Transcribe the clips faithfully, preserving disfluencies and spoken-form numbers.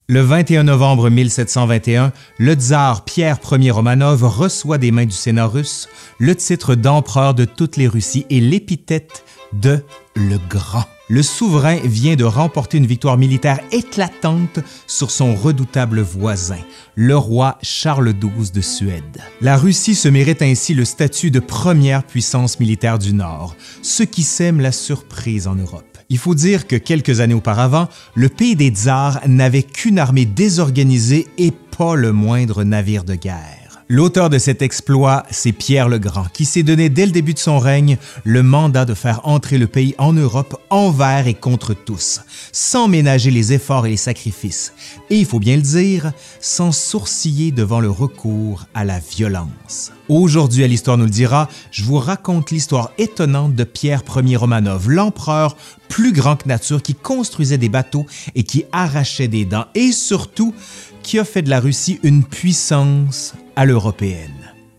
Le vingt et un novembre mille sept cent vingt et un, le tsar Pierre Ier Romanov reçoit des mains du Sénat russe le titre d'empereur de toutes les Russies et l'épithète de « le Grand ». Le souverain vient de remporter une victoire militaire éclatante sur son redoutable voisin, le roi Charles douze de Suède. La Russie se mérite ainsi le statut de première puissance militaire du Nord, ce qui sème la surprise en Europe. Il faut dire que quelques années auparavant, le pays des tsars n'avait qu'une armée désorganisée et pas le moindre navire de guerre. L'auteur de cet exploit, c'est Pierre le Grand, qui s'est donné dès le début de son règne le mandat de faire entrer le pays en Europe envers et contre tous, sans ménager les efforts et les sacrifices, et il faut bien le dire, sans sourciller devant le recours à la violence. Aujourd'hui, à l'Histoire nous le dira, je vous raconte l'histoire étonnante de Pierre Ier Romanov, l'empereur plus grand que nature qui construisait des bateaux et qui arrachait des dents, et surtout, qui a fait de la Russie une puissance à l'européenne.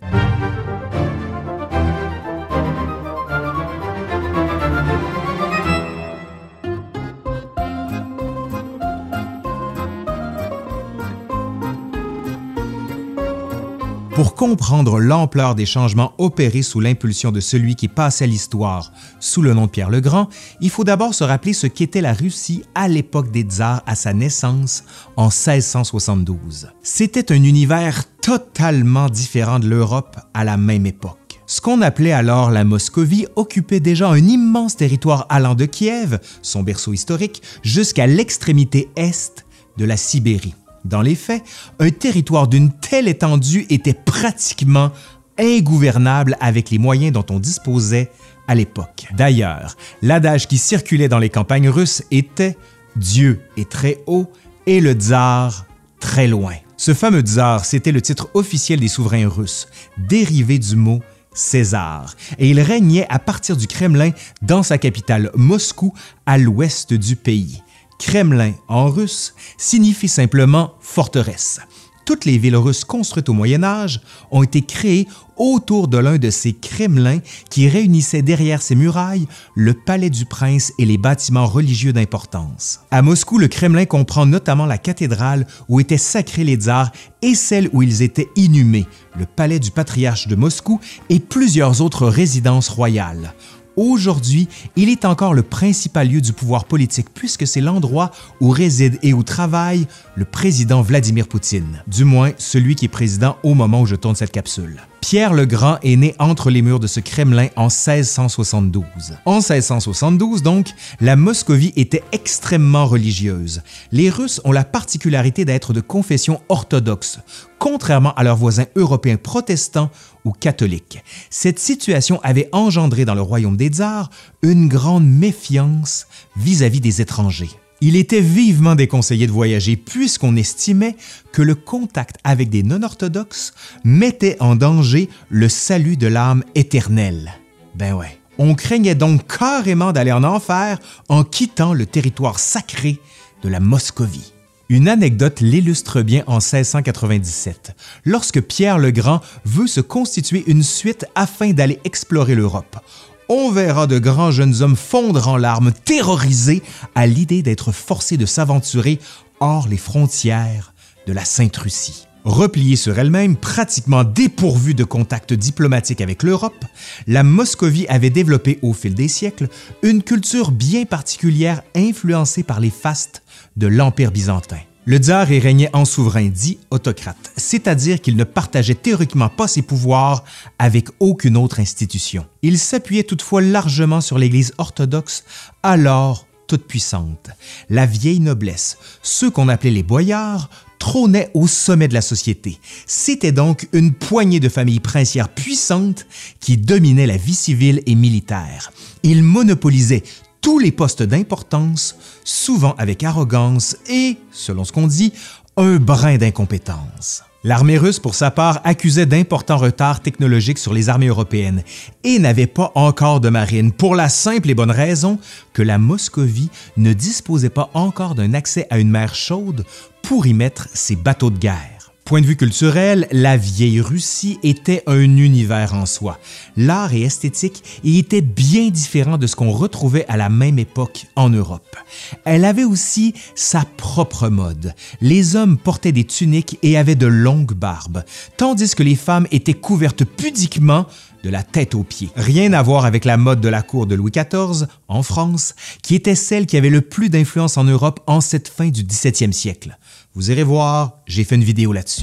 Pour comprendre l'ampleur des changements opérés sous l'impulsion de celui qui passait à l'histoire sous le nom de Pierre le Grand, il faut d'abord se rappeler ce qu'était la Russie à l'époque des tsars à sa naissance en seize cent soixante-douze. C'était un univers totalement différent de l'Europe à la même époque. Ce qu'on appelait alors la Moscovie occupait déjà un immense territoire allant de Kiev, son berceau historique, jusqu'à l'extrémité est de la Sibérie. Dans les faits, un territoire d'une telle étendue était pratiquement ingouvernable avec les moyens dont on disposait à l'époque. D'ailleurs, l'adage qui circulait dans les campagnes russes était « Dieu est très haut et le tsar très loin ». Ce fameux tsar, c'était le titre officiel des souverains russes, dérivé du mot César, et il régnait à partir du Kremlin dans sa capitale Moscou à l'ouest du pays. Kremlin en russe signifie simplement forteresse. Toutes les villes russes construites au Moyen Âge ont été créées autour de l'un de ces Kremlins qui réunissaient derrière ses murailles le palais du prince et les bâtiments religieux d'importance. À Moscou, le Kremlin comprend notamment la cathédrale où étaient sacrés les tsars et celle où ils étaient inhumés, le palais du patriarche de Moscou et plusieurs autres résidences royales. Aujourd'hui, il est encore le principal lieu du pouvoir politique puisque c'est l'endroit où réside et où travaille le président Vladimir Poutine, du moins celui qui est président au moment où je tourne cette capsule. Pierre le Grand est né entre les murs de ce Kremlin en seize cent soixante-douze. En seize cent soixante-douze, donc, la Moscovie était extrêmement religieuse. Les Russes ont la particularité d'être de confession orthodoxe, contrairement à leurs voisins européens protestants ou catholiques. Cette situation avait engendré dans le royaume des tsars une grande méfiance vis-à-vis des étrangers. Il était vivement déconseillé de voyager puisqu'on estimait que le contact avec des non-orthodoxes mettait en danger le salut de l'âme éternelle. Ben ouais. On craignait donc carrément d'aller en enfer en quittant le territoire sacré de la Moscovie. Une anecdote l'illustre bien en seize cent quatre-vingt-dix-sept, lorsque Pierre le Grand veut se constituer une suite afin d'aller explorer l'Europe. On verra de grands jeunes hommes fondre en larmes, terrorisés à l'idée d'être forcés de s'aventurer hors les frontières de la Sainte Russie. Repliée sur elle-même, pratiquement dépourvue de contacts diplomatiques avec l'Europe, la Moscovie avait développé au fil des siècles une culture bien particulière influencée par les fastes de l'Empire byzantin. Le tsar y régnait en souverain dit autocrate, c'est-à-dire qu'il ne partageait théoriquement pas ses pouvoirs avec aucune autre institution. Il s'appuyait toutefois largement sur l'Église orthodoxe, alors toute puissante. La vieille noblesse, ceux qu'on appelait les boyards, trônaient au sommet de la société. C'était donc une poignée de familles princières puissantes qui dominaient la vie civile et militaire. Ils monopolisaient tous les postes d'importance, souvent avec arrogance et, selon ce qu'on dit, un brin d'incompétence. L'armée russe, pour sa part, accusait d'importants retards technologiques sur les armées européennes et n'avait pas encore de marine, pour la simple et bonne raison que la Moscovie ne disposait pas encore d'un accès à une mer chaude pour y mettre ses bateaux de guerre. Point de vue culturel, la vieille Russie était un univers en soi. L'art et esthétique y étaient bien différents de ce qu'on retrouvait à la même époque en Europe. Elle avait aussi sa propre mode. Les hommes portaient des tuniques et avaient de longues barbes, tandis que les femmes étaient couvertes pudiquement de la tête aux pieds. Rien à voir avec la mode de la cour de Louis quatorze, en France, qui était celle qui avait le plus d'influence en Europe en cette fin du dix-septième siècle. Vous irez voir, j'ai fait une vidéo là-dessus.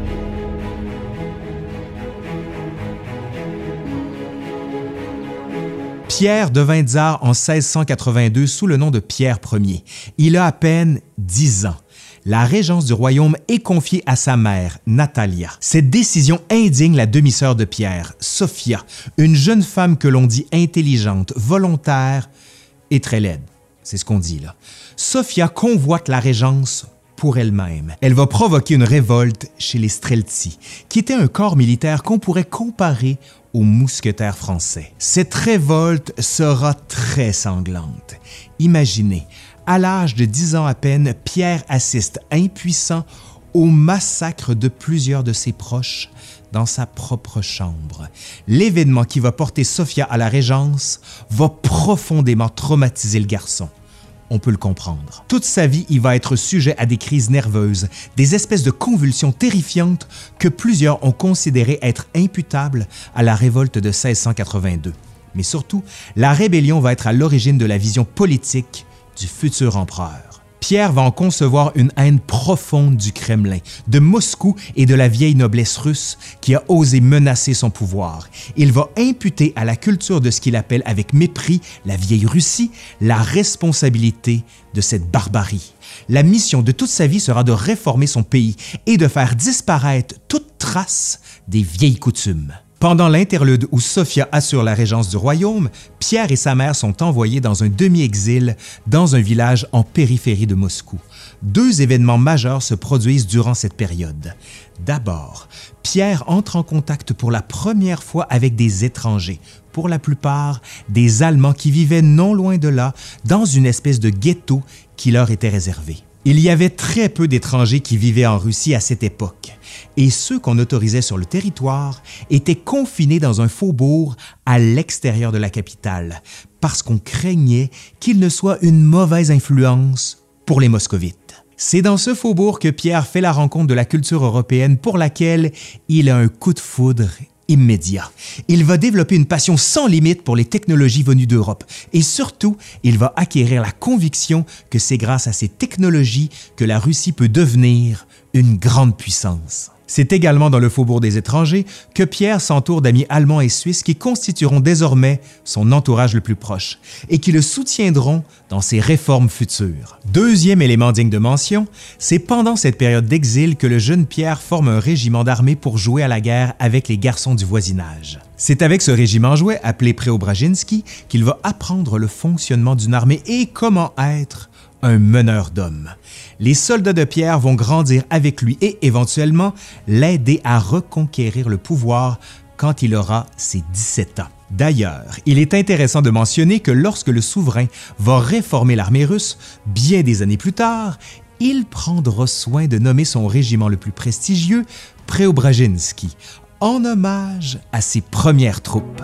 Pierre devint tsar en seize cent quatre-vingt-deux sous le nom de Pierre Ier. Il a à peine dix ans. La régence du royaume est confiée à sa mère, Natalia. Cette décision indigne la demi-sœur de Pierre, Sophia, une jeune femme que l'on dit intelligente, volontaire et très laide. C'est ce qu'on dit là. Sophia convoite la régence pour elle-même. Elle va provoquer une révolte chez les Streltsy, qui était un corps militaire qu'on pourrait comparer aux mousquetaires français. Cette révolte sera très sanglante. Imaginez, à l'âge de dix ans à peine, Pierre assiste impuissant au massacre de plusieurs de ses proches dans sa propre chambre. L'événement qui va porter Sophia à la régence va profondément traumatiser le garçon. On peut le comprendre. Toute sa vie, il va être sujet à des crises nerveuses, des espèces de convulsions terrifiantes que plusieurs ont considérées être imputables à la révolte de seize cent quatre-vingt-deux. Mais surtout, la rébellion va être à l'origine de la vision politique du futur empereur. Pierre va en concevoir une haine profonde du Kremlin, de Moscou et de la vieille noblesse russe qui a osé menacer son pouvoir. Il va imputer à la culture de ce qu'il appelle avec mépris la vieille Russie la responsabilité de cette barbarie. La mission de toute sa vie sera de réformer son pays et de faire disparaître toute trace des vieilles coutumes. Pendant l'interlude où Sophia assure la régence du royaume, Pierre et sa mère sont envoyés dans un demi-exil dans un village en périphérie de Moscou. Deux événements majeurs se produisent durant cette période. D'abord, Pierre entre en contact pour la première fois avec des étrangers, pour la plupart des Allemands qui vivaient non loin de là, dans une espèce de ghetto qui leur était réservé. Il y avait très peu d'étrangers qui vivaient en Russie à cette époque, et ceux qu'on autorisait sur le territoire étaient confinés dans un faubourg à l'extérieur de la capitale, parce qu'on craignait qu'ils ne soient une mauvaise influence pour les moscovites. C'est dans ce faubourg que Pierre fait la rencontre de la culture européenne pour laquelle il a un coup de foudre immédiat. Il va développer une passion sans limite pour les technologies venues d'Europe et surtout, il va acquérir la conviction que c'est grâce à ces technologies que la Russie peut devenir une grande puissance. C'est également dans le faubourg des étrangers que Pierre s'entoure d'amis allemands et suisses qui constitueront désormais son entourage le plus proche et qui le soutiendront dans ses réformes futures. Deuxième élément digne de mention, c'est pendant cette période d'exil que le jeune Pierre forme un régiment d'armée pour jouer à la guerre avec les garçons du voisinage. C'est avec ce régiment jouet, appelé Preobrajinski, qu'il va apprendre le fonctionnement d'une armée et comment être un meneur d'hommes. Les soldats de Pierre vont grandir avec lui et éventuellement l'aider à reconquérir le pouvoir quand il aura ses dix-sept ans. D'ailleurs, il est intéressant de mentionner que lorsque le souverain va réformer l'armée russe, bien des années plus tard, il prendra soin de nommer son régiment le plus prestigieux Preobrajinski, en hommage à ses premières troupes.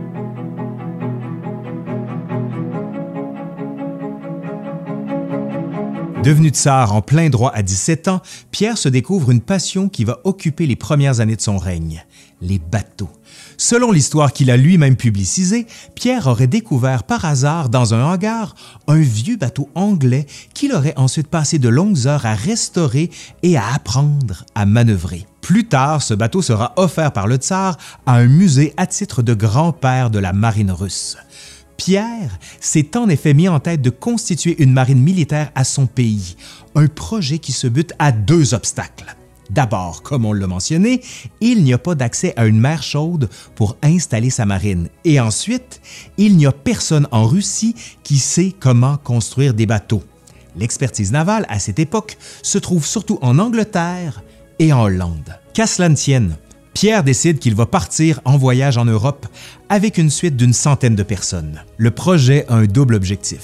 Devenu tsar en plein droit à dix-sept ans, Pierre se découvre une passion qui va occuper les premières années de son règne, les bateaux. Selon l'histoire qu'il a lui-même publicisée, Pierre aurait découvert par hasard dans un hangar un vieux bateau anglais qu'il aurait ensuite passé de longues heures à restaurer et à apprendre à manœuvrer. Plus tard, ce bateau sera offert par le tsar à un musée à titre de grand-père de la marine russe. Pierre s'est en effet mis en tête de constituer une marine militaire à son pays, un projet qui se bute à deux obstacles. D'abord, comme on l'a mentionné, il n'y a pas d'accès à une mer chaude pour installer sa marine. Et ensuite, il n'y a personne en Russie qui sait comment construire des bateaux. L'expertise navale, à cette époque, se trouve surtout en Angleterre et en Hollande. Qu'à cela ne tienne, Pierre décide qu'il va partir en voyage en Europe avec une suite d'une centaine de personnes. Le projet a un double objectif.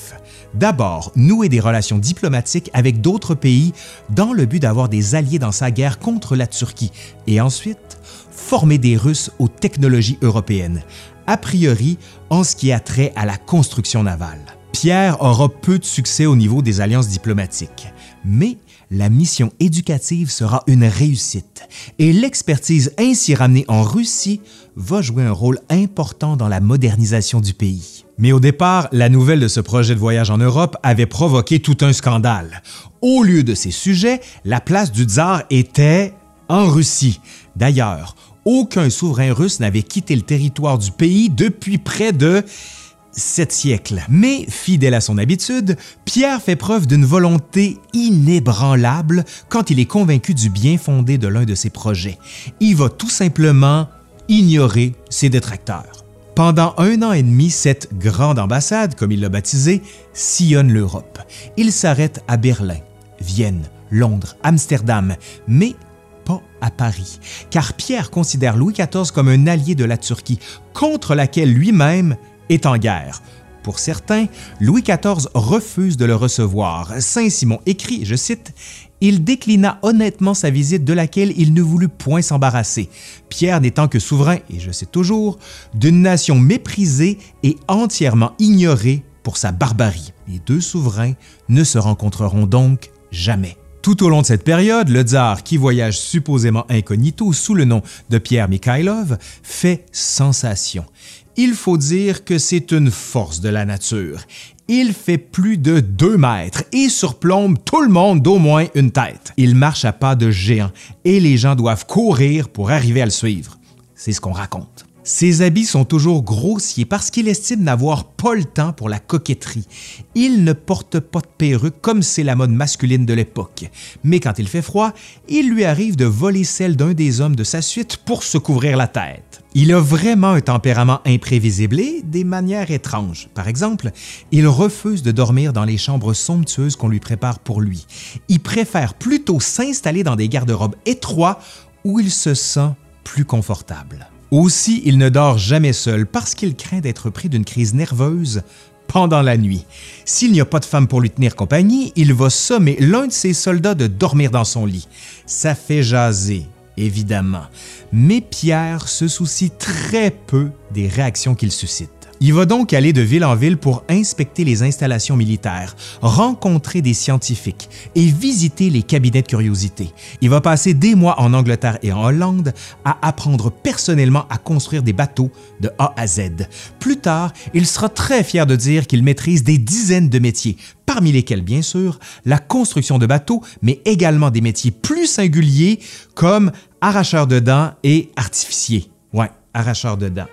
D'abord, nouer des relations diplomatiques avec d'autres pays dans le but d'avoir des alliés dans sa guerre contre la Turquie et ensuite, former des Russes aux technologies européennes, a priori en ce qui a trait à la construction navale. Pierre aura peu de succès au niveau des alliances diplomatiques, mais la mission éducative sera une réussite et l'expertise ainsi ramenée en Russie va jouer un rôle important dans la modernisation du pays. Mais au départ, la nouvelle de ce projet de voyage en Europe avait provoqué tout un scandale. Au lieu de ces sujets, la place du tsar était en Russie. D'ailleurs, aucun souverain russe n'avait quitté le territoire du pays depuis près de sept siècles. Mais, fidèle à son habitude, Pierre fait preuve d'une volonté inébranlable quand il est convaincu du bien fondé de l'un de ses projets. Il va tout simplement ignorer ses détracteurs. Pendant un an et demi, cette grande ambassade, comme il l'a baptisée, sillonne l'Europe. Il s'arrête à Berlin, Vienne, Londres, Amsterdam, mais pas à Paris, car Pierre considère Louis quatorze comme un allié de la Turquie, contre laquelle lui-même est en guerre. Pour certains, Louis quatorze refuse de le recevoir. Saint-Simon écrit, je cite, « Il déclina honnêtement sa visite de laquelle il ne voulut point s'embarrasser, Pierre n'étant que souverain, et je cite toujours, d'une nation méprisée et entièrement ignorée pour sa barbarie. Les deux souverains ne se rencontreront donc jamais. » Tout au long de cette période, le tsar, qui voyage supposément incognito sous le nom de Pierre Mikhaïlov, fait sensation. Il faut dire que c'est une force de la nature. Il fait plus de deux mètres et surplombe tout le monde d'au moins une tête. Il marche à pas de géant et les gens doivent courir pour arriver à le suivre. C'est ce qu'on raconte. Ses habits sont toujours grossiers parce qu'il estime n'avoir pas le temps pour la coquetterie. Il ne porte pas de perruque comme c'est la mode masculine de l'époque. Mais quand il fait froid, il lui arrive de voler celle d'un des hommes de sa suite pour se couvrir la tête. Il a vraiment un tempérament imprévisible et des manières étranges. Par exemple, il refuse de dormir dans les chambres somptueuses qu'on lui prépare pour lui. Il préfère plutôt s'installer dans des garde-robes étroits où il se sent plus confortable. Aussi, il ne dort jamais seul parce qu'il craint d'être pris d'une crise nerveuse pendant la nuit. S'il n'y a pas de femme pour lui tenir compagnie, il va sommer l'un de ses soldats de dormir dans son lit. Ça fait jaser, évidemment, mais Pierre se soucie très peu des réactions qu'il suscite. Il va donc aller de ville en ville pour inspecter les installations militaires, rencontrer des scientifiques et visiter les cabinets de curiosité. Il va passer des mois en Angleterre et en Hollande à apprendre personnellement à construire des bateaux de A à Z. Plus tard, il sera très fier de dire qu'il maîtrise des dizaines de métiers, parmi lesquels, bien sûr, la construction de bateaux, mais également des métiers plus singuliers comme arracheur de dents et artificier. Ouais, arracheur de dents.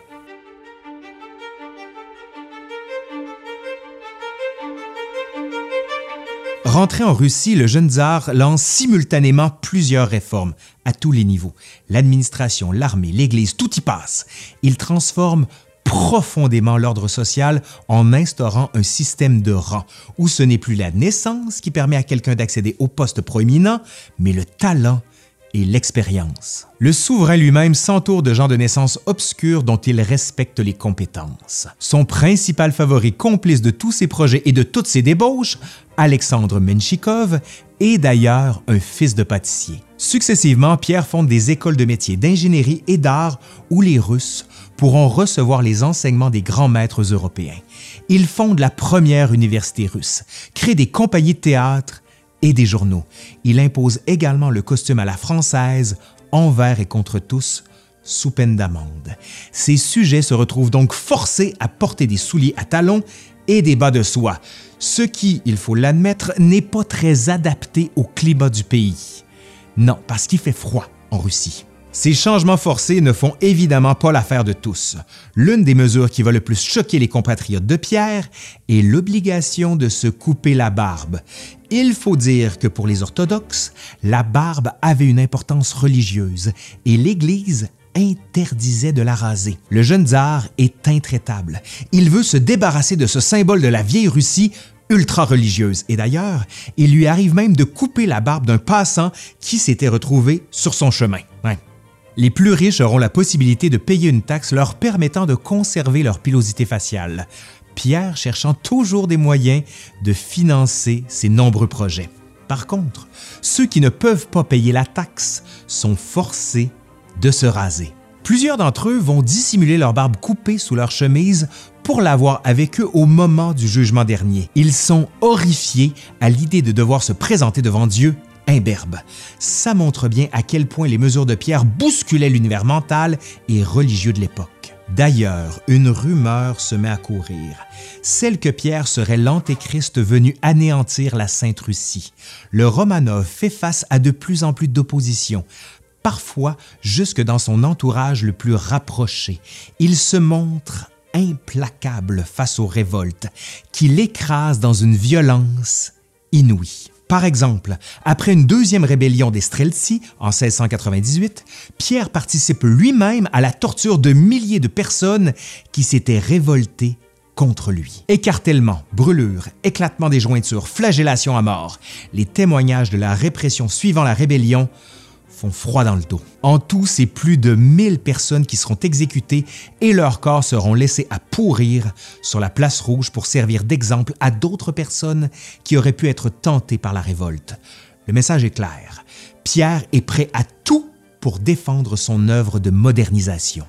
Rentré en Russie, le jeune tsar lance simultanément plusieurs réformes à tous les niveaux. L'administration, l'armée, l'Église, tout y passe. Il transforme profondément l'ordre social en instaurant un système de rang où ce n'est plus la naissance qui permet à quelqu'un d'accéder au poste proéminent, mais le talent et l'expérience. Le souverain lui-même s'entoure de gens de naissance obscure dont il respecte les compétences. Son principal favori, complice de tous ses projets et de toutes ses débauches, Alexandre Menchikov, est d'ailleurs un fils de pâtissier. Successivement, Pierre fonde des écoles de métiers d'ingénierie et d'art où les Russes pourront recevoir les enseignements des grands maîtres européens. Il fonde la première université russe, crée des compagnies de théâtre et des journaux. Il impose également le costume à la française, envers et contre tous, sous peine d'amende. Ses sujets se retrouvent donc forcés à porter des souliers à talons et des bas de soie, ce qui, il faut l'admettre, n'est pas très adapté au climat du pays. Non, parce qu'il fait froid en Russie. Ces changements forcés ne font évidemment pas l'affaire de tous. L'une des mesures qui va le plus choquer les compatriotes de Pierre est l'obligation de se couper la barbe. Il faut dire que pour les orthodoxes, la barbe avait une importance religieuse et l'Église interdisait de la raser. Le jeune tsar est intraitable. Il veut se débarrasser de ce symbole de la vieille Russie ultra-religieuse. Et d'ailleurs, il lui arrive même de couper la barbe d'un passant qui s'était retrouvé sur son chemin. Ouais. Les plus riches auront la possibilité de payer une taxe leur permettant de conserver leur pilosité faciale. Pierre cherchant toujours des moyens de financer ses nombreux projets. Par contre, ceux qui ne peuvent pas payer la taxe sont forcés de se raser. Plusieurs d'entre eux vont dissimuler leur barbe coupée sous leur chemise pour l'avoir avec eux au moment du jugement dernier. Ils sont horrifiés à l'idée de devoir se présenter devant Dieu imberbe. Ça montre bien à quel point les mesures de Pierre bousculaient l'univers mental et religieux de l'époque. D'ailleurs, une rumeur se met à courir, celle que Pierre serait l'antéchrist venu anéantir la Sainte Russie. Le Romanov fait face à de plus en plus d'opposition, parfois jusque dans son entourage le plus rapproché. Il se montre implacable face aux révoltes, qui l'écrasent dans une violence inouïe. Par exemple, après une deuxième rébellion des Streltsy en seize cent quatre-vingt-dix-huit, Pierre participe lui-même à la torture de milliers de personnes qui s'étaient révoltées contre lui. Écartèlement, brûlures, éclatement des jointures, flagellation à mort, les témoignages de la répression suivant la rébellion font froid dans le dos. En tout, c'est plus de mille personnes qui seront exécutées et leurs corps seront laissés à pourrir sur la place rouge pour servir d'exemple à d'autres personnes qui auraient pu être tentées par la révolte. Le message est clair. Pierre est prêt à tout pour défendre son œuvre de modernisation.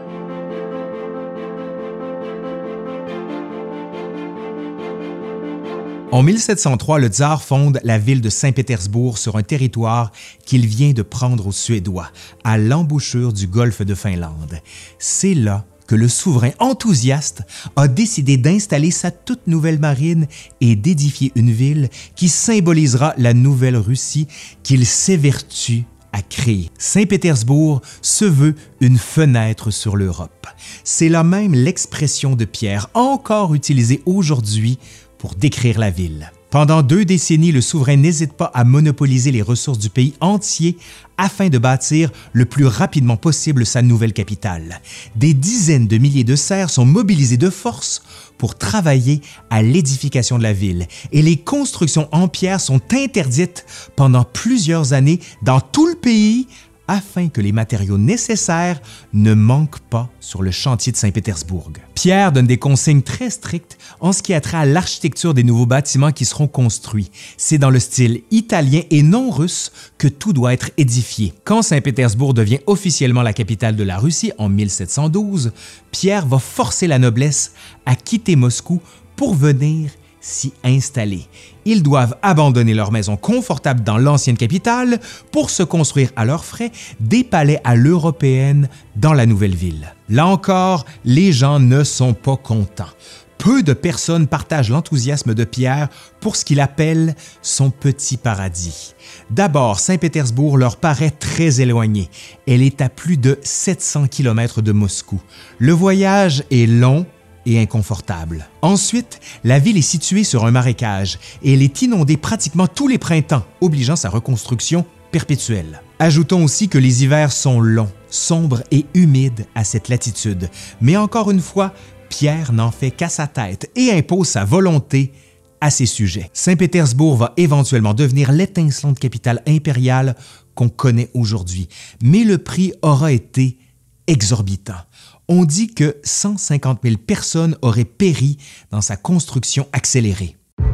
En mille sept cent trois, le tsar fonde la ville de Saint-Pétersbourg sur un territoire qu'il vient de prendre aux Suédois, à l'embouchure du golfe de Finlande. C'est là que le souverain enthousiaste a décidé d'installer sa toute nouvelle marine et d'édifier une ville qui symbolisera la nouvelle Russie qu'il s'évertue à créer. Saint-Pétersbourg se veut une fenêtre sur l'Europe. C'est là même l'expression de Pierre, encore utilisée aujourd'hui pour décrire la ville. Pendant deux décennies, le souverain n'hésite pas à monopoliser les ressources du pays entier afin de bâtir le plus rapidement possible sa nouvelle capitale. Des dizaines de milliers de serfs sont mobilisés de force pour travailler à l'édification de la ville et les constructions en pierre sont interdites pendant plusieurs années dans tout le pays afin que les matériaux nécessaires ne manquent pas sur le chantier de Saint-Pétersbourg. Pierre donne des consignes très strictes en ce qui a trait à l'architecture des nouveaux bâtiments qui seront construits. C'est dans le style italien et non russe que tout doit être édifié. Quand Saint-Pétersbourg devient officiellement la capitale de la Russie en mille sept cent douze, Pierre va forcer la noblesse à quitter Moscou pour venir s'y installer. Ils doivent abandonner leur maison confortable dans l'ancienne capitale pour se construire à leurs frais des palais à l'européenne dans la nouvelle ville. Là encore, les gens ne sont pas contents. Peu de personnes partagent l'enthousiasme de Pierre pour ce qu'il appelle son petit paradis. D'abord, Saint-Pétersbourg leur paraît très éloignée. Elle est à plus de sept cents kilomètres de Moscou. Le voyage est long et inconfortable. Ensuite, la ville est située sur un marécage et elle est inondée pratiquement tous les printemps, obligeant sa reconstruction perpétuelle. Ajoutons aussi que les hivers sont longs, sombres et humides à cette latitude. Mais encore une fois, Pierre n'en fait qu'à sa tête et impose sa volonté à ses sujets. Saint-Pétersbourg va éventuellement devenir l'étincelante capitale impériale qu'on connaît aujourd'hui, mais le prix aura été exorbitant. On dit que cent cinquante mille personnes auraient péri dans sa construction accélérée.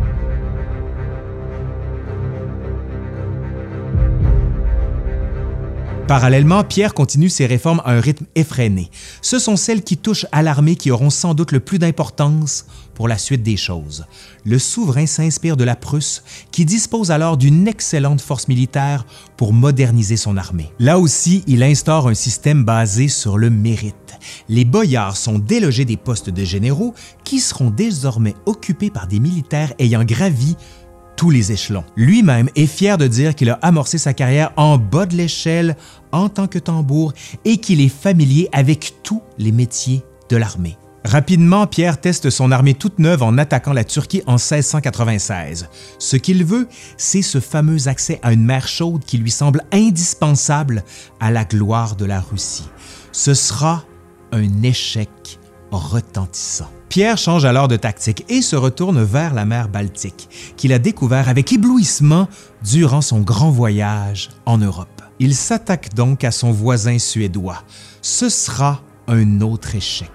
Parallèlement, Pierre continue ses réformes à un rythme effréné. Ce sont celles qui touchent à l'armée qui auront sans doute le plus d'importance pour la suite des choses. Le souverain s'inspire de la Prusse, qui dispose alors d'une excellente force militaire pour moderniser son armée. Là aussi, il instaure un système basé sur le mérite. Les boyards sont délogés des postes de généraux qui seront désormais occupés par des militaires ayant gravi tous les échelons. Lui-même est fier de dire qu'il a amorcé sa carrière en bas de l'échelle en tant que tambour et qu'il est familier avec tous les métiers de l'armée. Rapidement, Pierre teste son armée toute neuve en attaquant la Turquie en seize cent quatre-vingt-seize. Ce qu'il veut, c'est ce fameux accès à une mer chaude qui lui semble indispensable à la gloire de la Russie. Ce sera un échec retentissant. Pierre change alors de tactique et se retourne vers la mer Baltique, qu'il a découvert avec éblouissement durant son grand voyage en Europe. Il s'attaque donc à son voisin suédois. Ce sera un autre échec.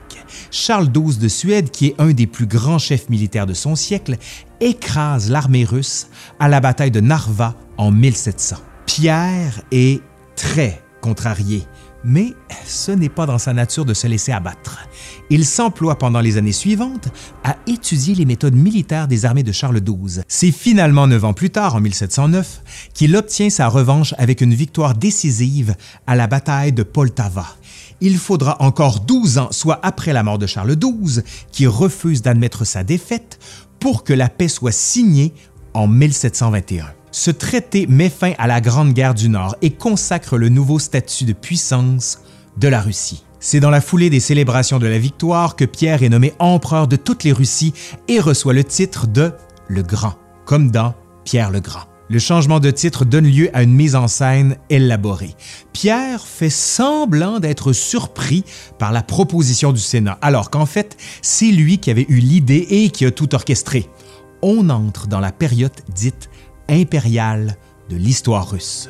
Charles douze de Suède, qui est un des plus grands chefs militaires de son siècle, écrase l'armée russe à la bataille de Narva en mille sept cents. Pierre est très contrarié, mais ce n'est pas dans sa nature de se laisser abattre. Il s'emploie pendant les années suivantes à étudier les méthodes militaires des armées de Charles douze. C'est finalement neuf ans plus tard, en mille sept cent neuf, qu'il obtient sa revanche avec une victoire décisive à la bataille de Poltava. Il faudra encore douze ans, soit après la mort de Charles douze, qui refuse d'admettre sa défaite, pour que la paix soit signée en mille sept cent vingt et un. Ce traité met fin à la Grande Guerre du Nord et consacre le nouveau statut de puissance de la Russie. C'est dans la foulée des célébrations de la victoire que Pierre est nommé empereur de toutes les Russies et reçoit le titre de « le Grand », comme dans Pierre le Grand. Le changement de titre donne lieu à une mise en scène élaborée. Pierre fait semblant d'être surpris par la proposition du Sénat, alors qu'en fait, c'est lui qui avait eu l'idée et qui a tout orchestré. On entre dans la période dite impériale de l'histoire russe.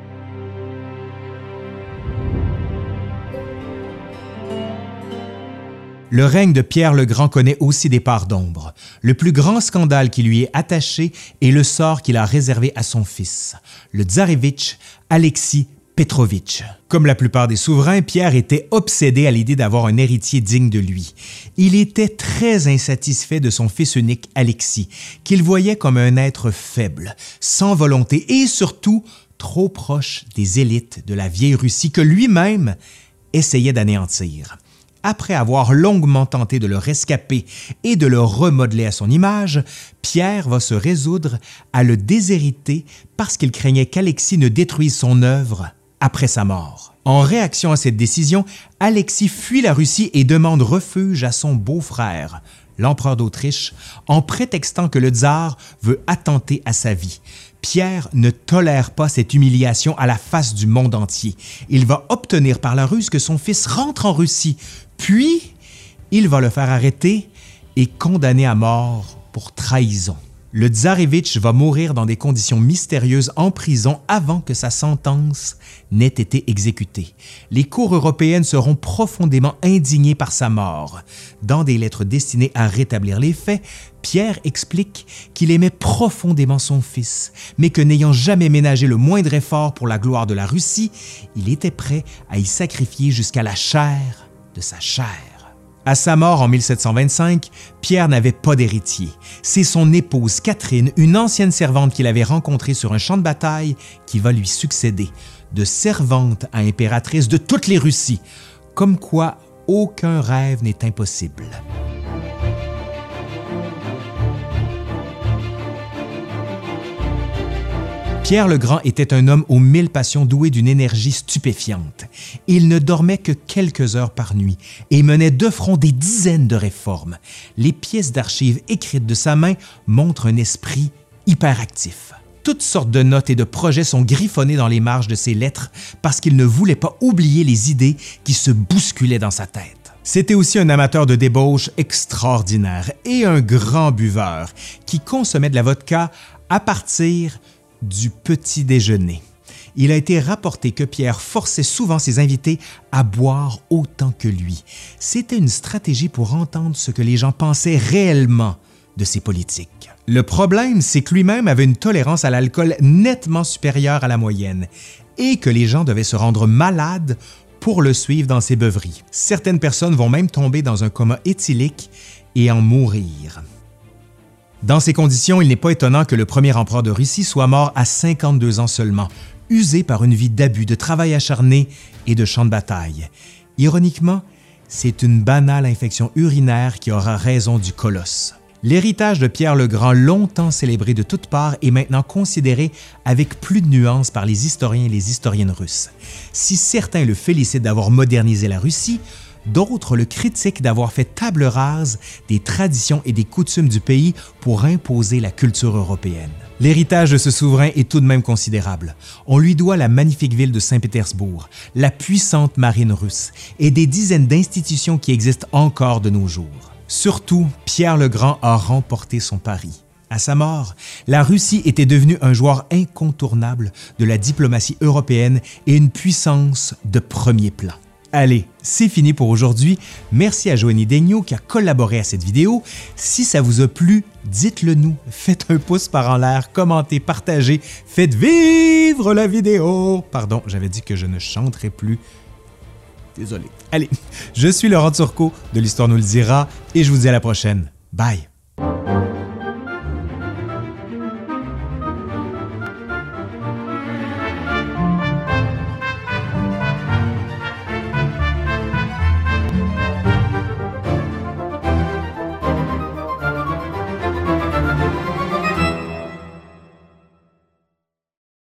Le règne de Pierre le Grand connaît aussi des parts d'ombre. Le plus grand scandale qui lui est attaché est le sort qu'il a réservé à son fils, le tsarévitch Alexis Petrovitch. Comme la plupart des souverains, Pierre était obsédé à l'idée d'avoir un héritier digne de lui. Il était très insatisfait de son fils unique Alexis, qu'il voyait comme un être faible, sans volonté et surtout trop proche des élites de la vieille Russie que lui-même essayait d'anéantir. Après avoir longuement tenté de le rescaper et de le remodeler à son image, Pierre va se résoudre à le déshériter parce qu'il craignait qu'Alexis ne détruise son œuvre après sa mort. En réaction à cette décision, Alexis fuit la Russie et demande refuge à son beau-frère, l'empereur d'Autriche, en prétextant que le tsar veut attenter à sa vie. Pierre ne tolère pas cette humiliation à la face du monde entier. Il va obtenir par la ruse que son fils rentre en Russie, puis il va le faire arrêter et condamner à mort pour trahison. Le tsarévitch va mourir dans des conditions mystérieuses en prison avant que sa sentence n'ait été exécutée. Les cours européennes seront profondément indignées par sa mort. Dans des lettres destinées à rétablir les faits, Pierre explique qu'il aimait profondément son fils, mais que n'ayant jamais ménagé le moindre effort pour la gloire de la Russie, il était prêt à y sacrifier jusqu'à la chair de sa chair. À sa mort en mille sept cent vingt-cinq, Pierre n'avait pas d'héritier. C'est son épouse Catherine, une ancienne servante qu'il avait rencontrée sur un champ de bataille, qui va lui succéder, de servante à impératrice de toutes les Russies, comme quoi aucun rêve n'est impossible. Pierre le Grand était un homme aux mille passions doué d'une énergie stupéfiante. Il ne dormait que quelques heures par nuit et menait de front des dizaines de réformes. Les pièces d'archives écrites de sa main montrent un esprit hyperactif. Toutes sortes de notes et de projets sont griffonnés dans les marges de ses lettres parce qu'il ne voulait pas oublier les idées qui se bousculaient dans sa tête. C'était aussi un amateur de débauche extraordinaire et un grand buveur qui consommait de la vodka à partir du petit déjeuner. Il a été rapporté que Pierre forçait souvent ses invités à boire autant que lui. C'était une stratégie pour entendre ce que les gens pensaient réellement de ses politiques. Le problème, c'est que lui-même avait une tolérance à l'alcool nettement supérieure à la moyenne et que les gens devaient se rendre malades pour le suivre dans ses beuveries. Certaines personnes vont même tomber dans un coma éthylique et en mourir. Dans ces conditions, il n'est pas étonnant que le premier empereur de Russie soit mort à cinquante-deux ans seulement, usé par une vie d'abus, de travail acharné et de champ de bataille. Ironiquement, c'est une banale infection urinaire qui aura raison du colosse. L'héritage de Pierre le Grand, longtemps célébré de toutes parts, est maintenant considéré avec plus de nuances par les historiens et les historiennes russes. Si certains le félicitent d'avoir modernisé la Russie, d'autres le critiquent d'avoir fait table rase des traditions et des coutumes du pays pour imposer la culture européenne. L'héritage de ce souverain est tout de même considérable. On lui doit la magnifique ville de Saint-Pétersbourg, la puissante marine russe et des dizaines d'institutions qui existent encore de nos jours. Surtout, Pierre le Grand a remporté son pari. À sa mort, la Russie était devenue un joueur incontournable de la diplomatie européenne et une puissance de premier plan. Allez, c'est fini pour aujourd'hui. Merci à Joanie Daigneault qui a collaboré à cette vidéo. Si ça vous a plu, dites-le nous. Faites un pouce par en l'air, commentez, partagez, faites vivre la vidéo. Pardon, j'avais dit que je ne chanterais plus. Désolé. Allez, je suis Laurent Turcot de l'Histoire nous le dira et je vous dis à la prochaine. Bye!